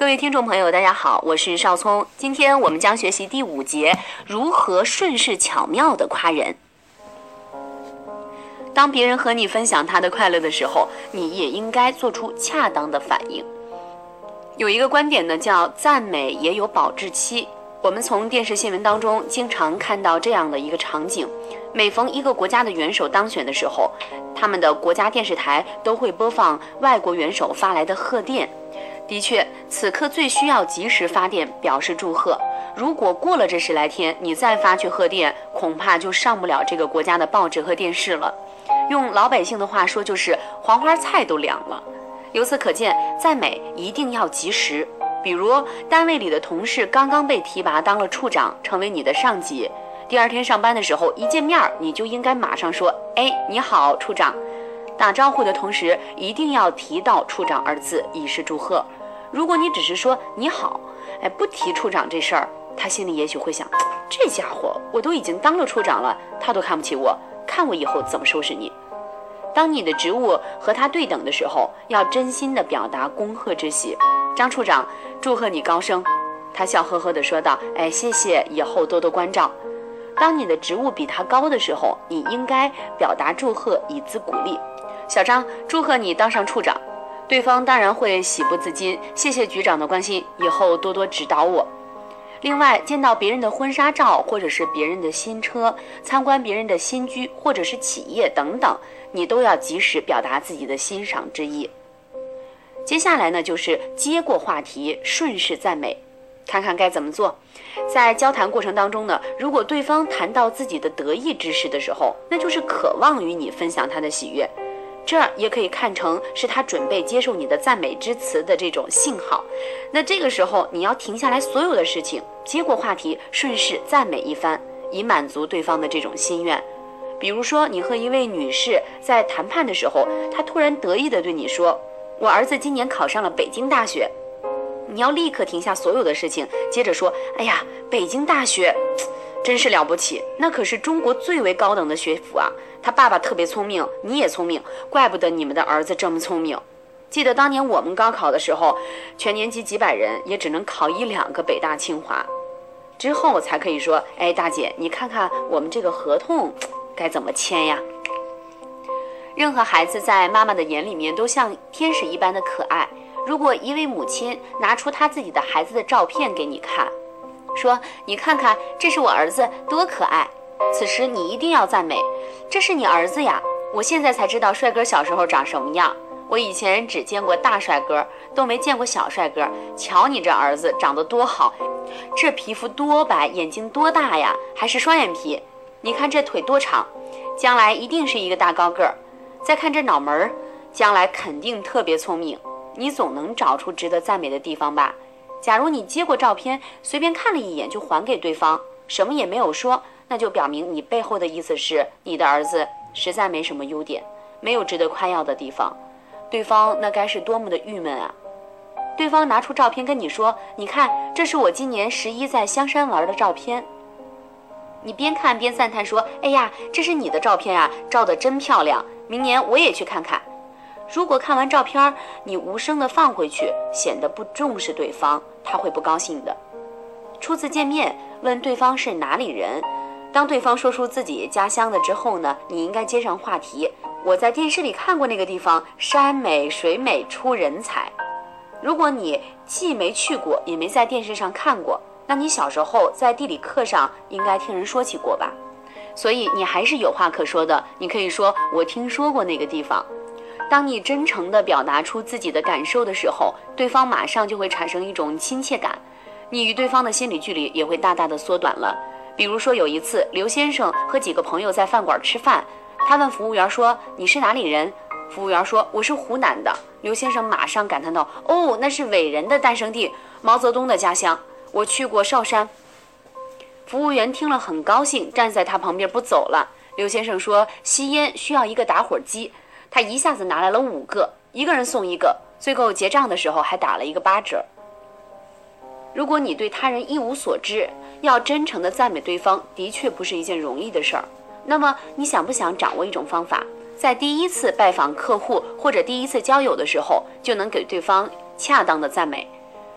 各位听众朋友大家好，我是邵聪。今天我们将学习第5节，如何顺势巧妙地夸人。当别人和你分享他的快乐的时候，你也应该做出恰当的反应。有一个观点呢，叫赞美也有保质期。我们从电视新闻当中经常看到这样的一个场景，每逢一个国家的元首当选的时候，他们的国家电视台都会播放外国元首发来的贺电。的确，此刻最需要及时发电表示祝贺。如果过了这10来天，你再发去贺电，恐怕就上不了这个国家的报纸和电视了。用老百姓的话说，就是黄花菜都凉了。由此可见，赞美一定要及时。比如单位里的同事刚刚被提拔当了处长，成为你的上级，第2天上班的时候一见面，你就应该马上说：你好，处长。打招呼的同时一定要提到处长2字，以示祝贺。如果你只是说你好，不提处长这事儿，他心里也许会想，这家伙我都已经当了处长了，他都看不起我，看我以后怎么收拾你。当你的职务和他对等的时候，要真心地表达恭贺之喜。张处长，祝贺你高升。他笑呵呵地说道，谢谢，以后多多关照。当你的职务比他高的时候，你应该表达祝贺，以资鼓励。小张，祝贺你当上处长。对方当然会喜不自禁，谢谢局长的关心，以后多多指导我。另外，见到别人的婚纱照，或者是别人的新车，参观别人的新居，或者是企业等等，你都要及时表达自己的欣赏之意。接下来呢，就是接过话题，顺势赞美。看看该怎么做。在交谈过程当中呢，如果对方谈到自己的得意之事的时候，那就是渴望与你分享他的喜悦，这也可以看成是他准备接受你的赞美之词的这种信号。那这个时候你要停下来所有的事情，接过话题，顺势赞美一番，以满足对方的这种心愿。比如说，你和一位女士在谈判的时候，她突然得意地对你说，我儿子今年考上了北京大学。你要立刻停下所有的事情，接着说，北京大学真是了不起，那可是中国最为高等的学府啊，他爸爸特别聪明，你也聪明，怪不得你们的儿子这么聪明。记得当年我们高考的时候，全年级几百人也只能考1、2个北大清华，之后才可以说，大姐，你看看我们这个合同该怎么签呀。任何孩子在妈妈的眼里面都像天使一般的可爱。如果一位母亲拿出她自己的孩子的照片给你看，说，你看看，这是我儿子多可爱，此时你一定要赞美，这是你儿子呀，我现在才知道帅哥小时候长什么样，我以前只见过大帅哥，都没见过小帅哥，瞧你这儿子长得多好，这皮肤多白，眼睛多大呀，还是双眼皮，你看这腿多长，将来一定是一个大高个儿，再看这脑门儿，将来肯定特别聪明。你总能找出值得赞美的地方吧。假如你接过照片，随便看了一眼就还给对方，什么也没有说，那就表明你背后的意思是，你的儿子实在没什么优点，没有值得夸耀的地方。对方那该是多么的郁闷啊。对方拿出照片跟你说，你看，这是我今年11在香山玩的照片。你边看边赞叹说，这是你的照片啊，照得真漂亮，明年我也去看看。如果看完照片你无声地放回去，显得不重视对方，他会不高兴的。初次见面，问对方是哪里人，当对方说出自己家乡的之后呢，你应该接上话题，我在电视里看过那个地方，山美水美出人才。如果你既没去过也没在电视上看过，那你小时候在地理课上应该听人说起过吧，所以你还是有话可说的，你可以说，我听说过那个地方。当你真诚地表达出自己的感受的时候，对方马上就会产生一种亲切感，你与对方的心理距离也会大大的缩短了。比如说有一次，刘先生和几个朋友在饭馆吃饭，他问服务员说，你是哪里人？服务员说，我是湖南的。刘先生马上感叹道，那是伟人的诞生地，毛泽东的家乡，我去过韶山。服务员听了很高兴，站在他旁边不走了。刘先生说，吸烟需要一个打火机，他一下子拿来了5个，一个人送一个，最后结账的时候还打了一个8折。如果你对他人一无所知，要真诚地赞美对方，的确不是一件容易的事儿。那么你想不想掌握一种方法，在第一次拜访客户或者第一次交友的时候，就能给对方恰当的赞美？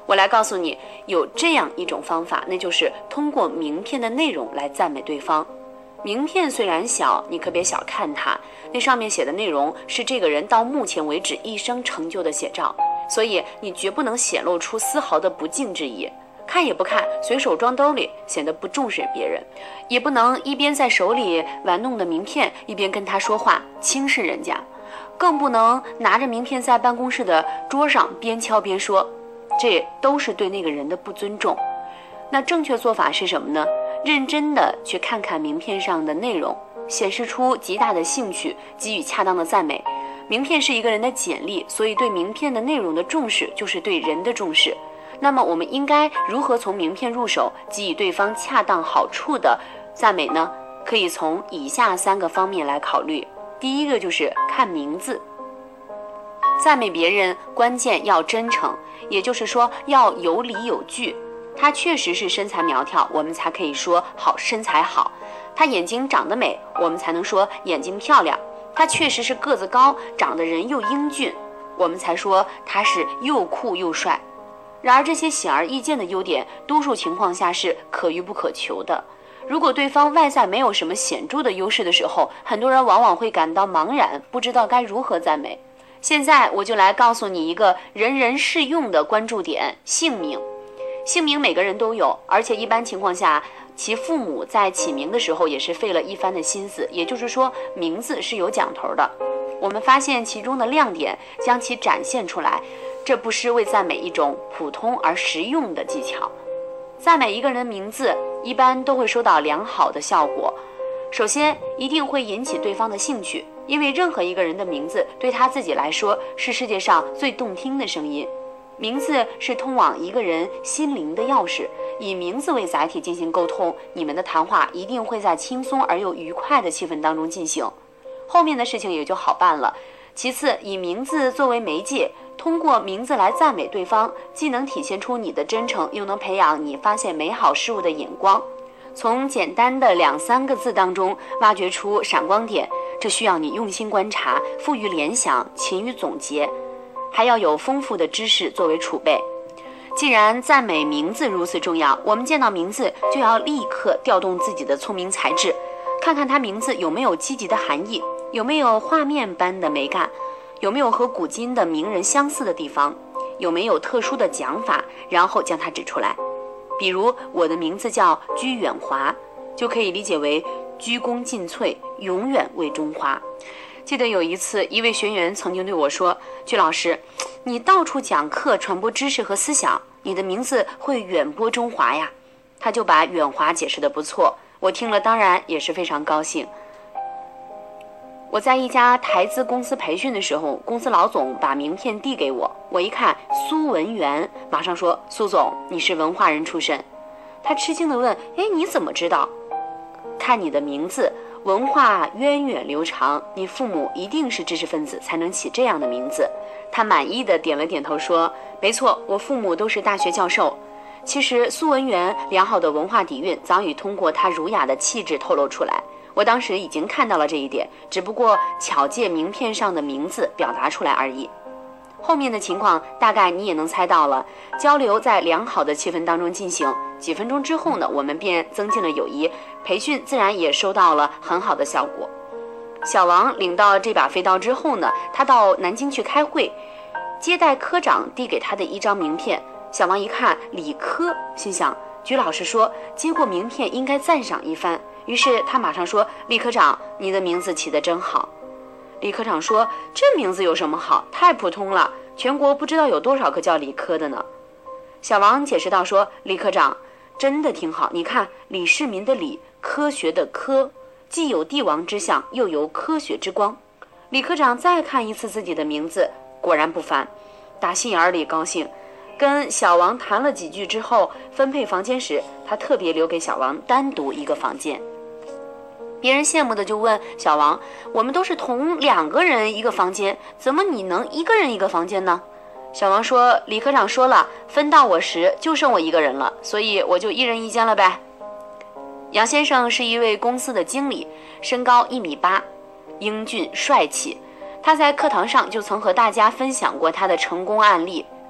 我来告诉你，有这样一种方法，那就是通过名片的内容来赞美对方。名片虽然小，你可别小看它，那上面写的内容是这个人到目前为止一生成就的写照，所以你绝不能显露出丝毫的不敬之意。看也不看，随手装兜里，显得不重视别人；也不能一边在手里玩弄的名片，一边跟他说话，轻视人家；更不能拿着名片在办公室的桌上边敲边说，这都是对那个人的不尊重。那正确做法是什么呢？认真的去看看名片上的内容，显示出极大的兴趣，给予恰当的赞美。名片是一个人的简历，所以对名片的内容的重视就是对人的重视。那么我们应该如何从名片入手，给予对方恰当好处的赞美呢？可以从以下3个方面来考虑。第一个就是看名字。赞美别人关键要真诚，也就是说要有理有据。他确实是身材苗条，我们才可以说好身材好；他眼睛长得美，我们才能说眼睛漂亮；他确实是个子高，长得人又英俊，我们才说他是又酷又帅。然而这些显而易见的优点，多数情况下是可遇不可求的。如果对方外在没有什么显著的优势的时候，很多人往往会感到茫然，不知道该如何赞美。现在我就来告诉你一个人人适用的关注点：姓名。姓名每个人都有，而且一般情况下，其父母在起名的时候也是费了一番的心思，也就是说，名字是有讲头的。我们发现其中的亮点，将其展现出来，这不失为赞美一种普通而实用的技巧。赞美一个人的名字，一般都会收到良好的效果。首先，一定会引起对方的兴趣，因为任何一个人的名字对他自己来说是世界上最动听的声音。名字是通往一个人心灵的钥匙，以名字为载体进行沟通，你们的谈话一定会在轻松而又愉快的气氛当中进行，后面的事情也就好办了。其次，以名字作为媒介，通过名字来赞美对方，既能体现出你的真诚，又能培养你发现美好事物的眼光。从简单的2、3个字当中挖掘出闪光点，这需要你用心观察，富于联想，勤于总结，还要有丰富的知识作为储备。既然赞美名字如此重要，我们见到名字就要立刻调动自己的聪明才智，看看它名字有没有积极的含义，有没有画面般的美感，有没有和古今的名人相似的地方，有没有特殊的讲法，然后将它指出来。比如我的名字叫居远华，就可以理解为鞠躬尽瘁，永远为中华。记得有一次，一位学员曾经对我说，居老师，你到处讲课传播知识和思想，你的名字会远播中华呀。他就把远华解释得不错，我听了当然也是非常高兴。我在一家台资公司培训的时候，公司老总把名片递给我，我一看苏文元，马上说，苏总，你是文化人出身。他吃惊地问，你怎么知道？看你的名字，文化源远流长，你父母一定是知识分子，才能起这样的名字。他满意的点了点头说，没错，我父母都是大学教授。其实苏文元良好的文化底蕴早已通过他儒雅的气质透露出来，我当时已经看到了这一点，只不过巧借名片上的名字表达出来而已。后面的情况大概你也能猜到了，交流在良好的气氛当中进行，几分钟之后呢，我们便增进了友谊，培训自然也收到了很好的效果。小王领到这把飞刀之后呢，他到南京去开会，接待科长递给他的一张名片，小王一看理科，心想居老师说接过名片应该赞赏一番，于是他马上说，李科长，你的名字起得真好。李科长说，这名字有什么好，太普通了，全国不知道有多少个叫李科的呢。小王解释道说，李科长真的挺好，你看李世民的李，科学的科，既有帝王之相，又有科学之光。李科长再看一次自己的名字，果然不凡，打心眼里高兴。跟小王谈了几句之后，分配房间时，他特别留给小王单独一个房间。别人羡慕的就问小王，我们都是同2个人一个房间，怎么你能1个人一个房间呢？小王说，李科长说了，分到我时就剩我1个人了，所以我就1人1间了呗。杨先生是一位公司的经理，身高1.8米，英俊帅气。他在课堂上就曾和大家分享过他的成功案例。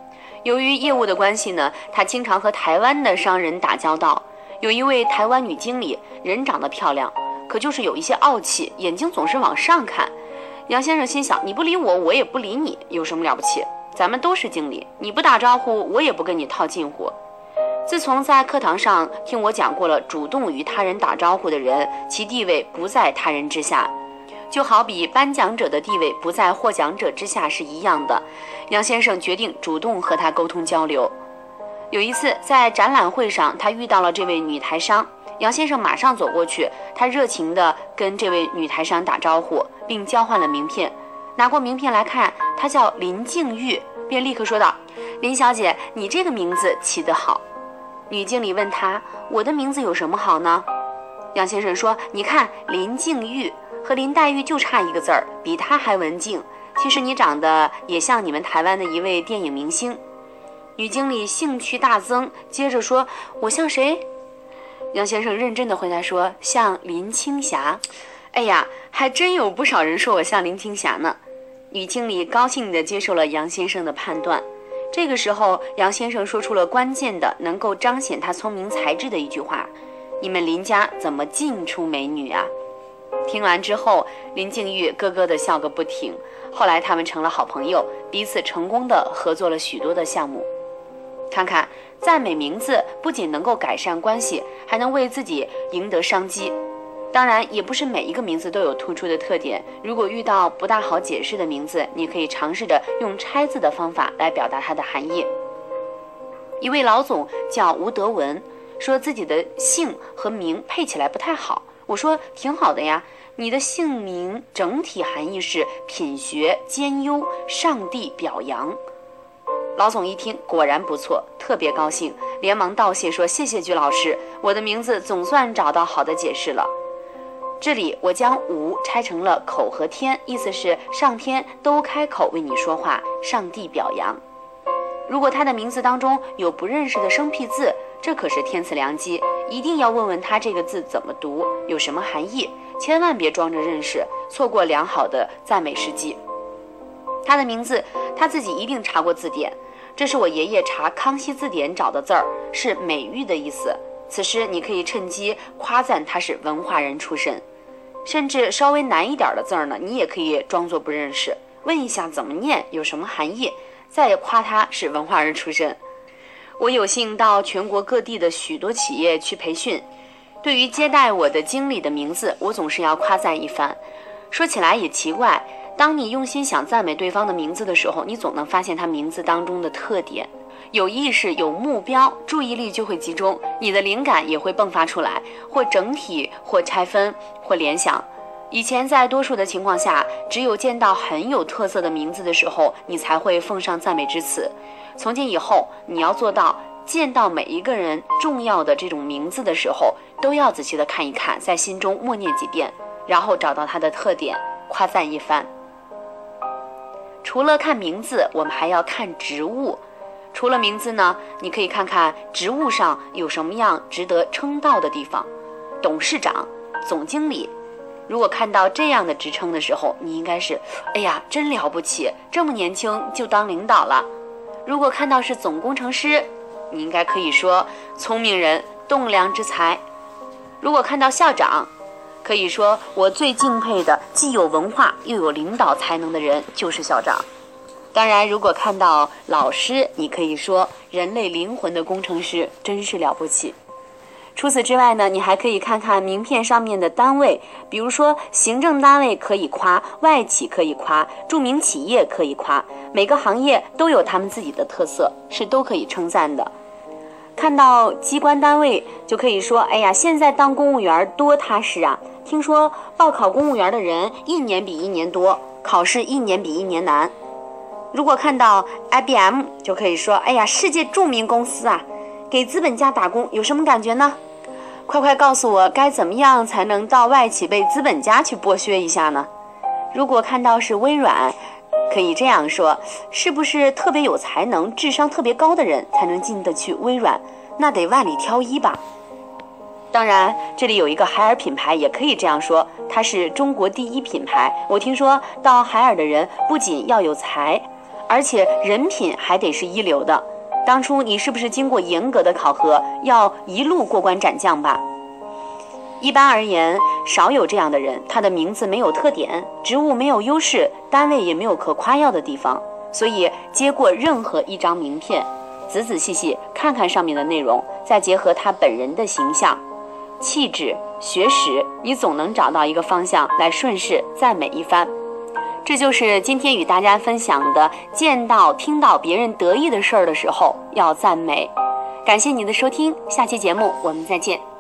由于业务的关系呢，他经常和台湾的商人打交道。有一位台湾女经理，人长得漂亮，可就是有一些傲气，眼睛总是往上看。杨先生心想，你不理我，我也不理你，有什么了不起？咱们都是经理，你不打招呼，我也不跟你套近乎。自从在课堂上听我讲过了，主动与他人打招呼的人，其地位不在他人之下，就好比颁奖者的地位不在获奖者之下是一样的。杨先生决定主动和他沟通交流。有一次在展览会上，他遇到了这位女台商，杨先生马上走过去，他热情地跟这位女台商打招呼，并交换了名片。拿过名片来看，她叫林静玉，便立刻说道：“林小姐，你这个名字起得好。”女经理问他：“我的名字有什么好呢？”杨先生说：“你看，林静玉和林黛玉就差一个字儿，比她还文静。其实你长得也像你们台湾的一位电影明星。”女经理兴趣大增，接着说：“我像谁？”杨先生认真地回答说：“像林青霞。”哎呀，还真有不少人说我像林青霞呢。女经理高兴地接受了杨先生的判断。这个时候，杨先生说出了关键的，能够彰显他聪明才智的一句话：“你们林家怎么尽出美女啊？”听完之后，林静玉咯咯地笑个不停。后来他们成了好朋友，彼此成功地合作了许多的项目。看看，赞美名字不仅能够改善关系，还能为自己赢得商机。当然，也不是每一个名字都有突出的特点。如果遇到不大好解释的名字，你可以尝试着用拆字的方法来表达它的含义。一位老总叫吴德文，说自己的姓和名配起来不太好。我说挺好的呀，你的姓名整体含义是品学兼优，上帝表扬。老总一听果然不错，特别高兴，连忙道谢说：“谢谢居老师，我的名字总算找到好的解释了。”这里我将吴拆成了口和天，意思是上天都开口为你说话，上帝表扬。如果他的名字当中有不认识的生僻字，这可是天赐良机，一定要问问他这个字怎么读，有什么含义，千万别装着认识，错过良好的赞美时机。他的名字他自己一定查过字典，这是我爷爷查康熙字典找的字儿，是美誉的意思。此时你可以趁机夸赞他是文化人出身，甚至稍微难一点的字儿呢，你也可以装作不认识，问一下怎么念，有什么含义，再夸他是文化人出身。我有幸到全国各地的许多企业去培训，对于接待我的经理的名字，我总是要夸赞一番。说起来也奇怪，当你用心想赞美对方的名字的时候，你总能发现他名字当中的特点。有意识有目标，注意力就会集中，你的灵感也会迸发出来，或整体或拆分或联想。以前在多数的情况下，只有见到很有特色的名字的时候，你才会奉上赞美之词。从今以后，你要做到见到每一个人重要的这种名字的时候，都要仔细的看一看，在心中默念几遍，然后找到它的特点，夸赞一番。除了看名字，我们还要看职务。除了名字呢，你可以看看职务上有什么样值得称道的地方。董事长、总经理，如果看到这样的职称的时候，你应该是哎呀真了不起，这么年轻就当领导了。如果看到是总工程师，你应该可以说聪明人，栋梁之才。如果看到校长，可以说我最敬佩的既有文化又有领导才能的人就是校长。当然，如果看到老师，你可以说人类灵魂的工程师真是了不起。除此之外呢，你还可以看看名片上面的单位，比如说行政单位可以夸，外企可以夸，著名企业可以夸，每个行业都有他们自己的特色，是都可以称赞的。看到机关单位就可以说，哎呀，现在当公务员多踏实啊，听说报考公务员的人一年比一年多，考试一年比一年难。如果看到 IBM 就可以说，哎呀，世界著名公司啊，给资本家打工有什么感觉呢？快快告诉我，该怎么样才能到外企被资本家去剥削一下呢？如果看到是微软，可以这样说，是不是特别有才能、智商特别高的人才能进得去微软？那得万里挑一吧。当然，这里有一个海尔品牌，也可以这样说，它是中国第一品牌。我听说到海尔的人不仅要有才，而且人品还得是一流的。 当初你是不是经过严格的考核，要一路过关斩将吧？一般而言，少有这样的人，他的名字没有特点，职务没有优势，单位也没有可夸耀的地方，所以接过任何一张名片，仔仔细细看看上面的内容，再结合他本人的形象、气质、学识，你总能找到一个方向来顺势赞美一番。这就是今天与大家分享的，见到听到别人得意的事儿的时候要赞美。感谢你的收听，下期节目我们再见。